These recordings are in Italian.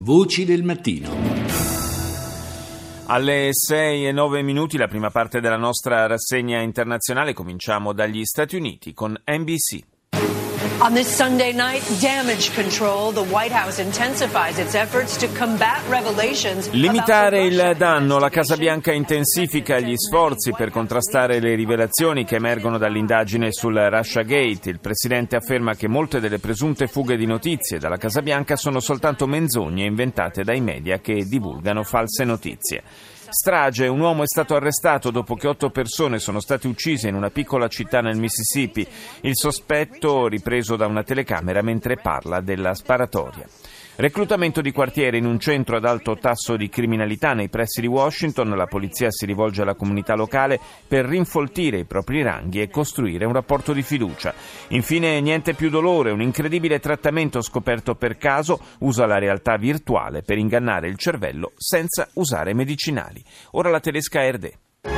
Voci del mattino. Alle 6:09 la prima parte della nostra rassegna internazionale. Cominciamo dagli Stati Uniti con NBC. On this Sunday night, damage control. The White House intensifies its efforts to combat revelations. Limitare il danno. La Casa Bianca intensifica gli sforzi per contrastare le rivelazioni che emergono dall'indagine sul Russiagate. Il presidente afferma che molte delle presunte fughe di notizie dalla Casa Bianca sono soltanto menzogne inventate dai media che divulgano false notizie. Strage, un uomo è stato arrestato dopo che 8 persone sono state uccise in una piccola città nel Mississippi. Il sospetto ripreso da una telecamera mentre parla della sparatoria. Reclutamento di quartiere in un centro ad alto tasso di criminalità nei pressi di Washington. La polizia si rivolge alla comunità locale per rinfoltire i propri ranghi e costruire un rapporto di fiducia. Infine, niente più dolore. Un incredibile trattamento scoperto per caso usa la realtà virtuale per ingannare il cervello senza usare medicinali. Ora la tedesca ARD.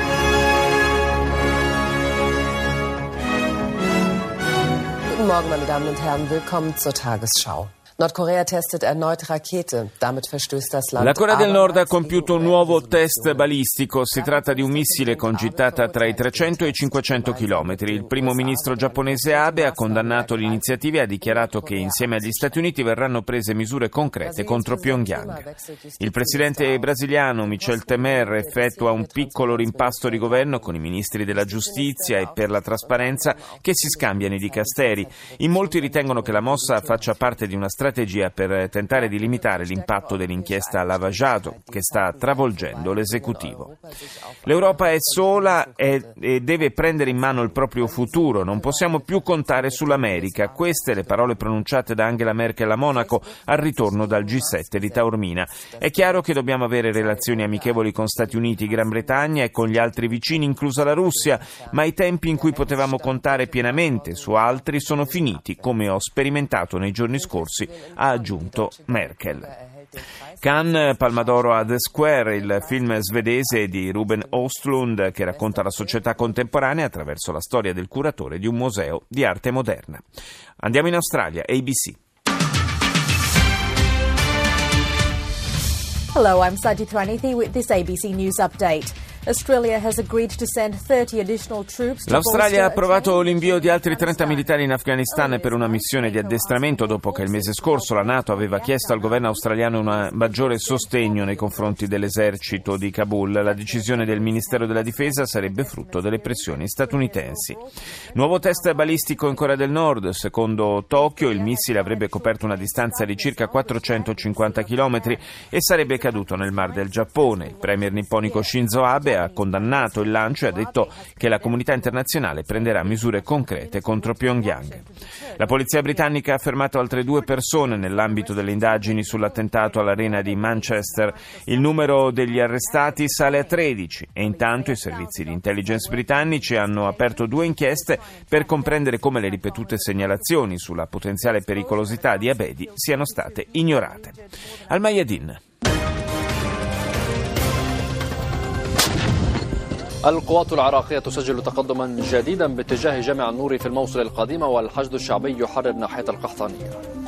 Guten Morgen, meine Damen und Herren. Willkommen zur Tagesschau. Nordkorea testet erneut Rakete. Damit verstößt das Land. La Corea del Nord ha compiuto un nuovo test balistico. Si tratta di un missile con gittata tra i 300 e i 500 chilometri. Il primo ministro giapponese Abe ha condannato l'iniziativa e ha dichiarato che insieme agli Stati Uniti verranno prese misure concrete contro Pyongyang. Il presidente brasiliano Michel Temer effettua un piccolo rimpasto di governo con i ministri della giustizia e per la trasparenza che si scambiano i dicasteri. In molti ritengono che la mossa faccia parte di una strategia per tentare di limitare l'impatto dell'inchiesta Lava Jato che sta travolgendo l'esecutivo. L'Europa è sola e deve prendere in mano il proprio futuro. Non possiamo più contare sull'America. Queste le parole pronunciate da Angela Merkel a Monaco al ritorno dal G7 di Taormina. È chiaro che dobbiamo avere relazioni amichevoli con Stati Uniti, Gran Bretagna e con gli altri vicini, inclusa la Russia, ma i tempi in cui potevamo contare pienamente su altri sono finiti, come ho sperimentato nei giorni scorsi, ha aggiunto Merkel. Cannes, Palma d'Oro a The Square, il film svedese di Ruben Östlund che racconta la società contemporanea attraverso la storia del curatore di un museo di arte moderna. Andiamo in Australia, ABC. Hello, I'm Sajid Pranithy with this ABC News Update. Australia has agreed to send 30 additional troops. L'Australia ha approvato l'invio di altri 30 militari in Afghanistan per una missione di addestramento dopo che il mese scorso la NATO aveva chiesto al governo australiano un maggiore sostegno nei confronti dell'esercito di Kabul. La decisione del Ministero della Difesa sarebbe frutto delle pressioni statunitensi. Nuovo test balistico in Corea del Nord. Secondo Tokyo il missile avrebbe coperto una distanza di circa 450 km e sarebbe caduto nel Mar del Giappone. Il premier nipponico Shinzo Abe ha condannato il lancio e ha detto che la comunità internazionale prenderà misure concrete contro Pyongyang. La polizia britannica ha fermato altre 2 persone nell'ambito delle indagini sull'attentato all'arena di Manchester. Il numero degli arrestati sale a 13 e intanto i servizi di intelligence britannici hanno aperto 2 inchieste per comprendere come le ripetute segnalazioni sulla potenziale pericolosità di Abedi siano state ignorate. Al Mayadin. القوات العراقية تسجل تقدما جديدا باتجاه جامع النور في الموصل القديمة والحشد الشعبي يحرر ناحية القحطانية.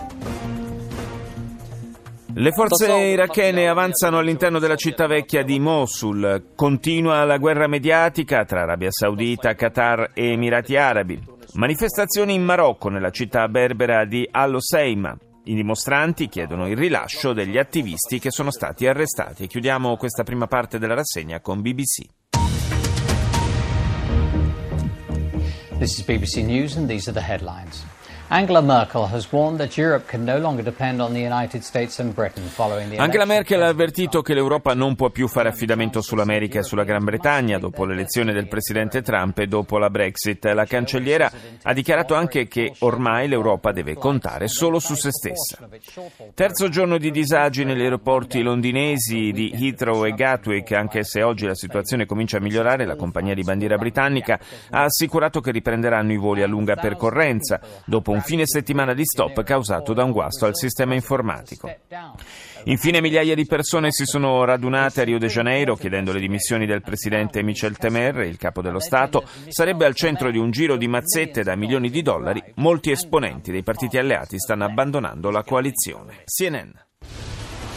Le forze irachene avanzano all'interno della città vecchia di Mosul. Continua la guerra mediatica tra Arabia Saudita, Qatar e Emirati Arabi. Manifestazioni in Marocco, nella città berbera di Al-Hoceima. I dimostranti chiedono il rilascio degli attivisti che sono stati arrestati. Chiudiamo questa prima parte della rassegna con BBC. This is BBC News and these are the headlines. Angela Merkel has warned that Europe can no longer depend on the United States and Britain following the election. Angela Merkel ha avvertito che l'Europa non può più fare affidamento sull'America e sulla Gran Bretagna dopo l'elezione del presidente Trump e dopo la Brexit. La cancelliera ha dichiarato anche che ormai l'Europa deve contare solo su se stessa. Terzo giorno di disagi negli aeroporti londinesi di Heathrow e Gatwick. Anche se oggi la situazione comincia a migliorare, la compagnia di bandiera britannica ha assicurato che riprenderanno i voli a lunga percorrenza dopo un fine settimana di stop causato da un guasto al sistema informatico. Infine migliaia di persone si sono radunate a Rio de Janeiro chiedendo le dimissioni del presidente Michel Temer. Il capo dello Stato sarebbe al centro di un giro di mazzette da milioni di dollari. Molti esponenti dei partiti alleati stanno abbandonando la coalizione. CNN.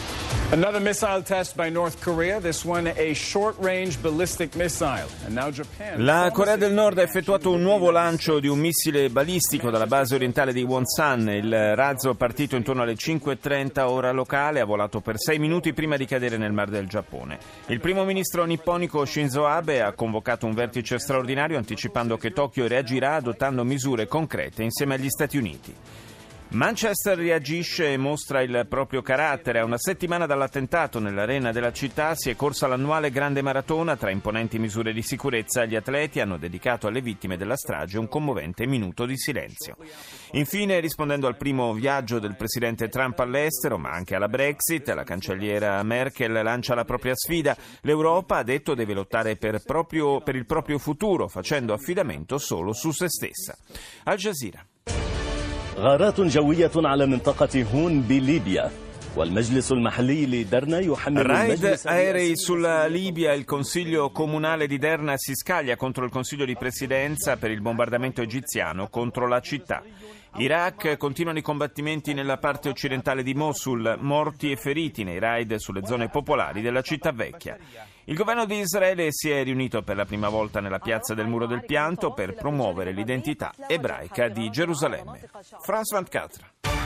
Another missile test by North Korea, this one a short-range ballistic missile. And now Japan. La Corea del Nord ha effettuato un nuovo lancio di un missile balistico dalla base orientale di Wonsan. Il razzo, partito intorno alle 5:30 ora locale, ha volato per 6 minuti prima di cadere nel Mar del Giappone. Il primo ministro nipponico Shinzo Abe ha convocato un vertice straordinario anticipando che Tokyo reagirà adottando misure concrete insieme agli Stati Uniti. Manchester reagisce e mostra il proprio carattere. A una settimana dall'attentato nell'arena della città si è corsa l'annuale grande maratona. Tra imponenti misure di sicurezza, gli atleti hanno dedicato alle vittime della strage un commovente minuto di silenzio. Infine, rispondendo al primo viaggio del presidente Trump all'estero, ma anche alla Brexit, la cancelliera Merkel lancia la propria sfida. L'Europa, ha detto, deve lottare per il proprio futuro, facendo affidamento solo su se stessa. Al Jazeera. غارات جوية على منطقة هون بليبيا والمجلس المحلي لدرنا يحمل Raid aerei sulla Libia. Il Consiglio Comunale di Derna si scaglia contro il Consiglio di Presidenza per il bombardamento egiziano contro la città. Iraq, continuano i combattimenti nella parte occidentale di Mosul, morti e feriti nei raid sulle zone popolari della città vecchia. Il governo di Israele si è riunito per la prima volta nella piazza del Muro del Pianto per promuovere l'identità ebraica di Gerusalemme. France 24.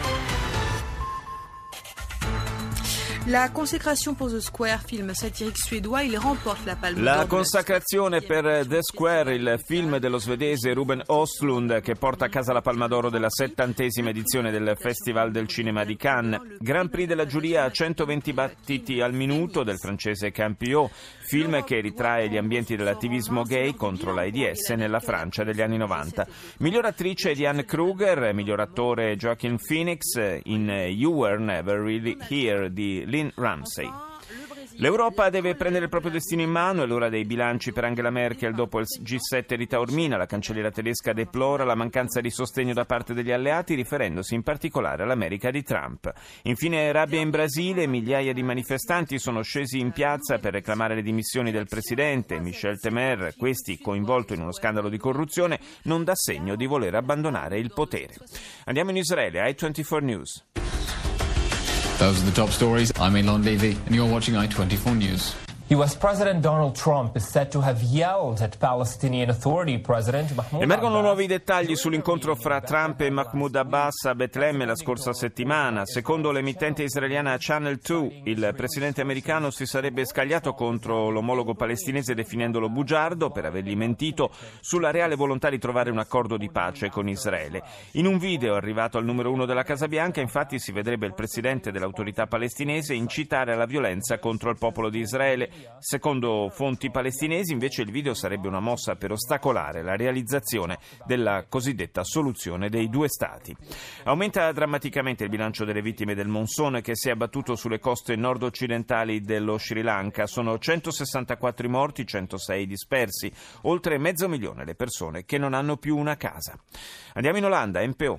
La consacration pour The Square, film satirique suédois, il remporte la Palme d'Or. La consacrazione per The Square, il film dello svedese Ruben Östlund, che porta a casa la Palma d'Oro della 70ª edizione del Festival del Cinema di Cannes. Grand Prix della giuria a 120 battiti al minuto del francese Campiot, film che ritrae gli ambienti dell'attivismo gay contro l'AIDS nella Francia degli anni 90. Miglior attrice Diane Kruger, miglior attore Joaquin Phoenix in You Were Never Really Here di Lynn Ramsey. L'Europa deve prendere il proprio destino in mano, è l'ora dei bilanci per Angela Merkel dopo il G7 di Taormina. La cancelliera tedesca deplora la mancanza di sostegno da parte degli alleati, riferendosi in particolare all'America di Trump. Infine rabbia in Brasile, migliaia di manifestanti sono scesi in piazza per reclamare le dimissioni del presidente. Michel Temer, questi coinvolto in uno scandalo di corruzione, non dà segno di voler abbandonare il potere. Andiamo in Israele, I24 News. Those are the top stories. I'm Elon Levy, and you're watching I24 News. U.S. President Donald Trump is said to have yelled at Palestinian Authority President Mahmoud Emergono Abbas. nuovi dettagli sull'incontro fra Trump e Mahmoud Abbas a Betlemme la scorsa settimana. Secondo l'emittente israeliana Channel 2, il presidente americano si sarebbe scagliato contro l'omologo palestinese definendolo bugiardo per avergli mentito sulla reale volontà di trovare un accordo di pace con Israele. In un video arrivato al numero 1 della Casa Bianca, infatti, si vedrebbe il presidente dell'autorità palestinese incitare alla violenza contro il popolo di Israele. Secondo fonti palestinesi, invece, il video sarebbe una mossa per ostacolare la realizzazione della cosiddetta soluzione dei due stati. Aumenta drammaticamente il bilancio delle vittime del monsone che si è abbattuto sulle coste nord-occidentali dello Sri Lanka. Sono 164 i morti, 106 dispersi, oltre 500.000 le persone che non hanno più una casa. Andiamo in Olanda, NPO.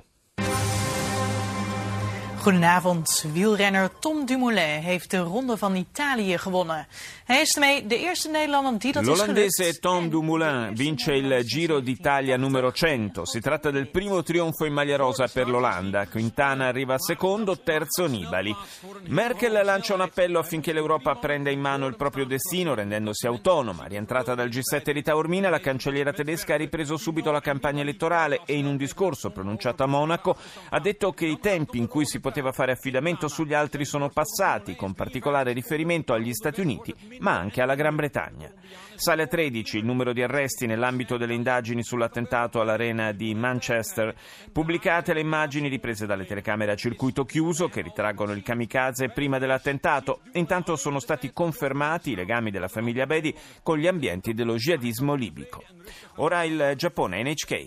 Goedenavond. Wielrenner Tom Dumoulin heeft de Ronde van Italië gewonnen. Hij is daarmee de eerste Nederlander die dat is gelukt. L'olandese Tom Dumoulin vince il Giro d'Italia numero 100. Si tratta del primo trionfo in maglia rosa per l'Olanda. Quintana arriva secondo, terzo Nibali. Merkel lancia un appello affinché l'Europa prenda in mano il proprio destino, rendendosi autonoma. Rientrata dal G7 di Taormina, la cancelliera tedesca ha ripreso subito la campagna elettorale e in un discorso pronunciato a Monaco ha detto che i tempi in cui si poteva fare affidamento sugli altri sono passati, con particolare riferimento agli Stati Uniti, ma anche alla Gran Bretagna. Sale a 13 il numero di arresti nell'ambito delle indagini sull'attentato all'arena di Manchester. Pubblicate le immagini riprese dalle telecamere a circuito chiuso che ritraggono il kamikaze prima dell'attentato. Intanto sono stati confermati i legami della famiglia Bedi con gli ambienti dello jihadismo libico. Ora il Giappone, NHK.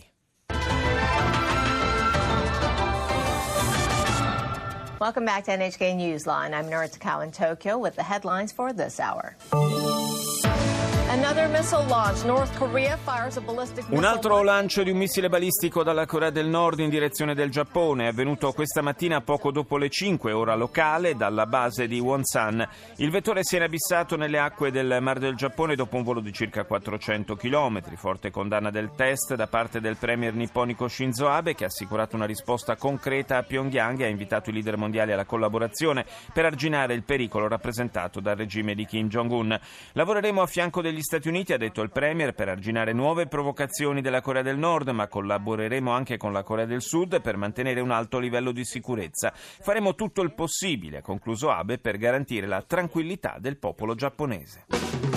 Welcome back to NHK Newsline. I'm Nora Takao in Tokyo with the headlines for this hour. Another missile launch. North Korea fires a ballistic missile. Un altro lancio di un missile balistico dalla Corea del Nord in direzione del Giappone è avvenuto questa mattina poco dopo le 5 ora locale dalla base di Wonsan. Il vettore si è inabissato nelle acque del Mar del Giappone dopo un volo di circa 400 km. Forte condanna del test da parte del premier nipponico Shinzo Abe, che ha assicurato una risposta concreta a Pyongyang e ha invitato i leader mondiali alla collaborazione per arginare il pericolo rappresentato dal regime di Kim Jong-un. Lavoreremo a fianco degli Stati Uniti, ha detto il premier, per arginare nuove provocazioni della Corea del Nord, ma collaboreremo anche con la Corea del Sud per mantenere un alto livello di sicurezza. Faremo tutto il possibile, ha concluso Abe, per garantire la tranquillità del popolo giapponese.